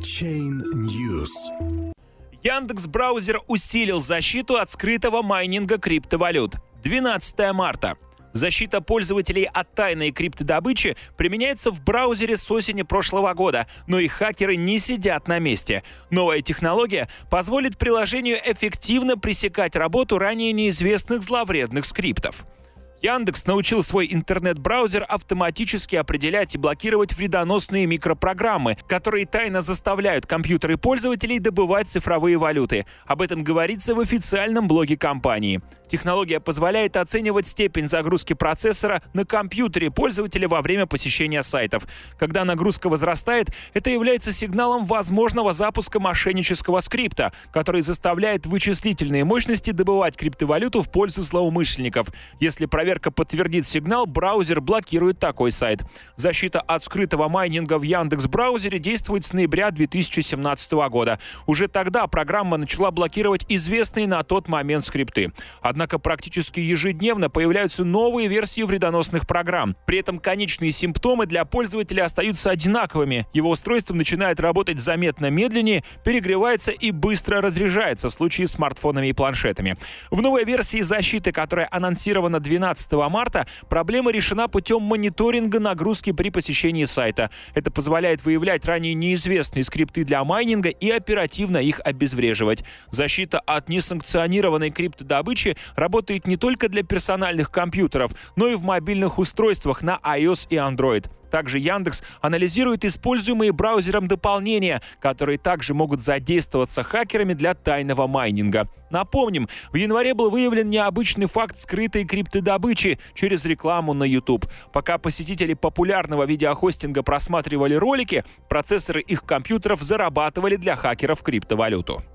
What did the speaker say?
Chain News. Яндекс.Браузер усилил защиту от скрытого майнинга криптовалют. 12 марта. Защита пользователей от тайной криптодобычи применяется в браузере с осени прошлого года, но и хакеры не сидят на месте. Новая технология позволит приложению эффективно пресекать работу ранее неизвестных зловредных скриптов. Яндекс научил свой интернет-браузер автоматически определять и блокировать вредоносные микропрограммы, которые тайно заставляют компьютеры пользователей добывать цифровые валюты. Об этом говорится в официальном блоге компании. Технология позволяет оценивать степень загрузки процессора на компьютере пользователя во время посещения сайтов. Когда нагрузка возрастает, это является сигналом возможного запуска мошеннического скрипта, который заставляет вычислительные мощности добывать криптовалюту в пользу злоумышленников. Если проверка подтвердит сигнал, браузер блокирует такой сайт. Защита от скрытого майнинга в Яндекс.Браузере действует с ноября 2017 года. Уже тогда программа начала блокировать известные на тот момент скрипты. Однако практически ежедневно появляются новые версии вредоносных программ. При этом конечные симптомы для пользователя остаются одинаковыми. Его устройство начинает работать заметно медленнее, перегревается и быстро разряжается в случае с смартфонами и планшетами. В новой версии защиты, которая анонсирована 12 марта, проблема решена путем мониторинга нагрузки при посещении сайта. Это позволяет выявлять ранее неизвестные скрипты для майнинга и оперативно их обезвреживать. Защита от несанкционированной криптодобычи работает не только для персональных компьютеров, но и в мобильных устройствах на iOS и Android. Также Яндекс анализирует используемые браузером дополнения, которые также могут задействоваться хакерами для тайного майнинга. Напомним, в январе был выявлен необычный факт скрытой криптодобычи через рекламу на YouTube. Пока посетители популярного видеохостинга просматривали ролики, процессоры их компьютеров зарабатывали для хакеров криптовалюту.